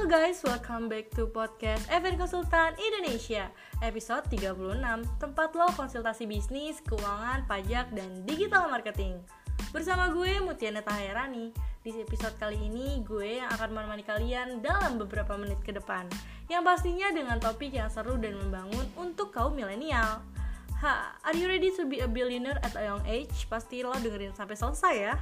Halo guys, welcome back to podcast FR Konsultan Indonesia episode 36, tempat lo konsultasi bisnis, keuangan, pajak, dan digital marketing. Bersama gue Mutiana Taherani. Di episode kali ini gue yang akan menemani kalian dalam beberapa menit ke depan, yang pastinya dengan topik yang seru dan membangun untuk kaum milenial. Are you ready to be a billionaire at a young age? Pasti lo dengerin sampai selesai ya.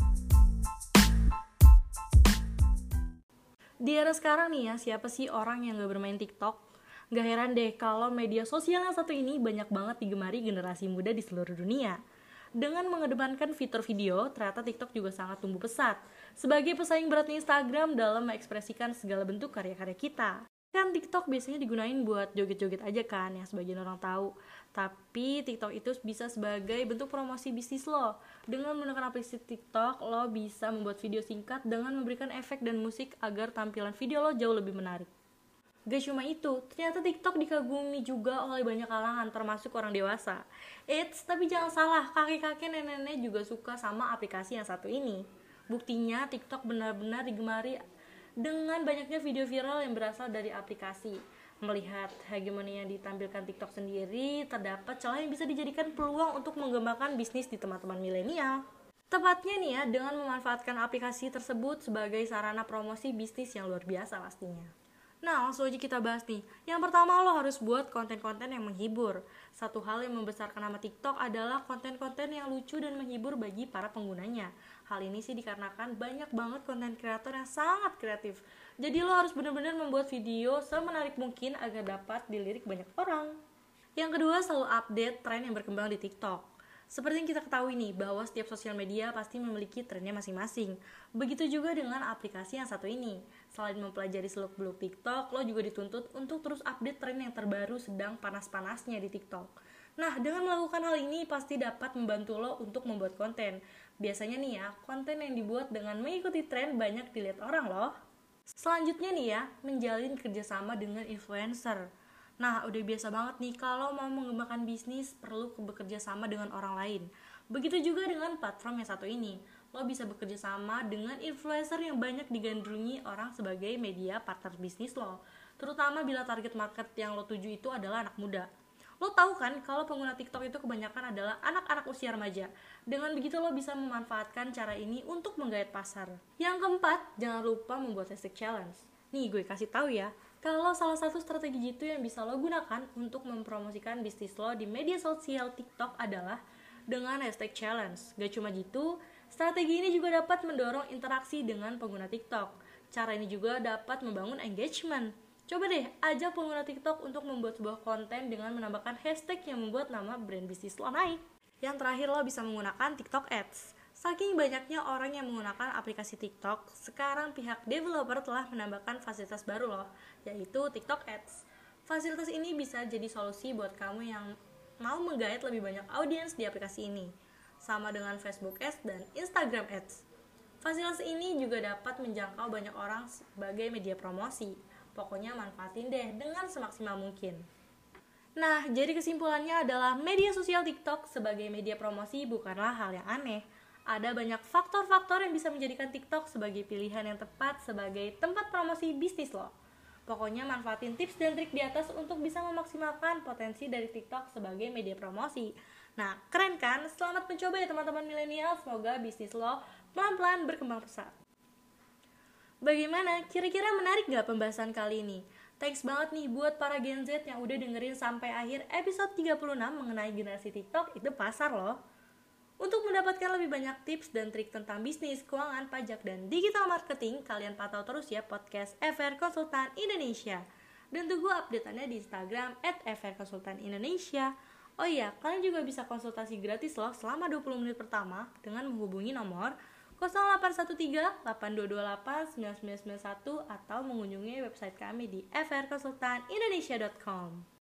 Di era sekarang nih ya, siapa sih orang yang gak bermain TikTok? Gak heran deh kalau media sosial yang satu ini banyak banget digemari generasi muda di seluruh dunia. Dengan mengedepankan fitur video, ternyata TikTok juga sangat tumbuh pesat sebagai pesaing beratnya Instagram dalam mengekspresikan segala bentuk karya-karya kita. Kan TikTok biasanya digunain buat joget-joget aja kan, yang sebagian orang tahu. Tapi TikTok itu bisa sebagai bentuk promosi bisnis lo. Dengan menggunakan aplikasi TikTok, lo bisa membuat video singkat dengan memberikan efek dan musik agar tampilan video lo jauh lebih menarik. Gak cuma itu, ternyata TikTok dikagumi juga oleh banyak kalangan, termasuk orang dewasa. Tapi jangan salah, kakek-kakek nenek-nenek juga suka sama aplikasi yang satu ini. Buktinya TikTok benar-benar digemari dengan banyaknya video viral yang berasal dari aplikasi. Melihat hegemoni yang ditampilkan TikTok sendiri, terdapat celah yang bisa dijadikan peluang untuk mengembangkan bisnis di teman-teman milenial. Tepatnya nih ya, dengan memanfaatkan aplikasi tersebut sebagai sarana promosi bisnis yang luar biasa pastinya. Nah, langsung aja kita bahas nih. Yang pertama, lo harus buat konten-konten yang menghibur. Satu hal yang membesarkan nama TikTok adalah konten-konten yang lucu dan menghibur bagi para penggunanya. Hal ini sih dikarenakan banyak banget konten kreator yang sangat kreatif. Jadi lo harus benar-benar membuat video semenarik mungkin agar dapat dilirik banyak orang. Yang kedua, selalu update tren yang berkembang di TikTok. Seperti yang kita ketahui nih, bahwa setiap sosial media pasti memiliki trennya masing-masing. Begitu juga dengan aplikasi yang satu ini. Selain mempelajari seluk-beluk TikTok, lo juga dituntut untuk terus update tren yang terbaru sedang panas-panasnya di TikTok. Nah, dengan melakukan hal ini pasti dapat membantu lo untuk membuat konten. Biasanya nih ya, konten yang dibuat dengan mengikuti tren banyak dilihat orang loh. Selanjutnya nih ya, menjalin kerjasama dengan influencer. Nah, udah biasa banget nih kalau mau mengembangkan bisnis perlu bekerja sama dengan orang lain. Begitu juga dengan platform yang satu ini. Lo bisa bekerja sama dengan influencer yang banyak digandrungi orang sebagai media partner bisnis lo. Terutama bila target market yang lo tuju itu adalah anak muda. Lo tahu kan kalau pengguna TikTok itu kebanyakan adalah anak-anak usia remaja. Dengan begitu lo bisa memanfaatkan cara ini untuk menggait pasar. Yang keempat, jangan lupa membuat hashtag challenge. Nih gue kasih tahu ya, kalau salah satu strategi jitu yang bisa lo gunakan untuk mempromosikan bisnis lo di media sosial TikTok adalah dengan hashtag challenge. Gak cuma jitu, strategi ini juga dapat mendorong interaksi dengan pengguna TikTok. Cara ini juga dapat membangun engagement. Coba deh ajak pengguna TikTok untuk membuat sebuah konten dengan menambahkan hashtag yang membuat nama brand bisnis lo naik. Yang terakhir, lo bisa menggunakan TikTok Ads. Saking banyaknya orang yang menggunakan aplikasi TikTok, sekarang pihak developer telah menambahkan fasilitas baru loh, yaitu TikTok Ads. Fasilitas ini bisa jadi solusi buat kamu yang mau menggait lebih banyak audiens di aplikasi ini, sama dengan Facebook Ads dan Instagram Ads. Fasilitas ini juga dapat menjangkau banyak orang sebagai media promosi. Pokoknya manfaatin deh dengan semaksimal mungkin. Nah, jadi kesimpulannya adalah media sosial TikTok sebagai media promosi bukanlah hal yang aneh. Ada banyak faktor-faktor yang bisa menjadikan TikTok sebagai pilihan yang tepat sebagai tempat promosi bisnis lo. Pokoknya manfaatin tips dan trik di atas untuk bisa memaksimalkan potensi dari TikTok sebagai media promosi. Nah, keren kan? Selamat mencoba ya teman-teman milenial. Semoga bisnis lo pelan-pelan berkembang pesat. Bagaimana? Kira-kira menarik gak pembahasan kali ini? Thanks banget nih buat para Gen Z yang udah dengerin sampai akhir episode 36 mengenai generasi TikTok, itu pasar loh. Untuk mendapatkan lebih banyak tips dan trik tentang bisnis, keuangan, pajak, dan digital marketing, kalian pantau terus ya podcast FR Konsultan Indonesia. Dan tunggu update-annya di Instagram @frkonsultanindonesia. Oh iya, kalian juga bisa konsultasi gratis loh selama 20 menit pertama dengan menghubungi nomor 0813-8228-9991 atau mengunjungi website kami di frkonsultanindonesia.com.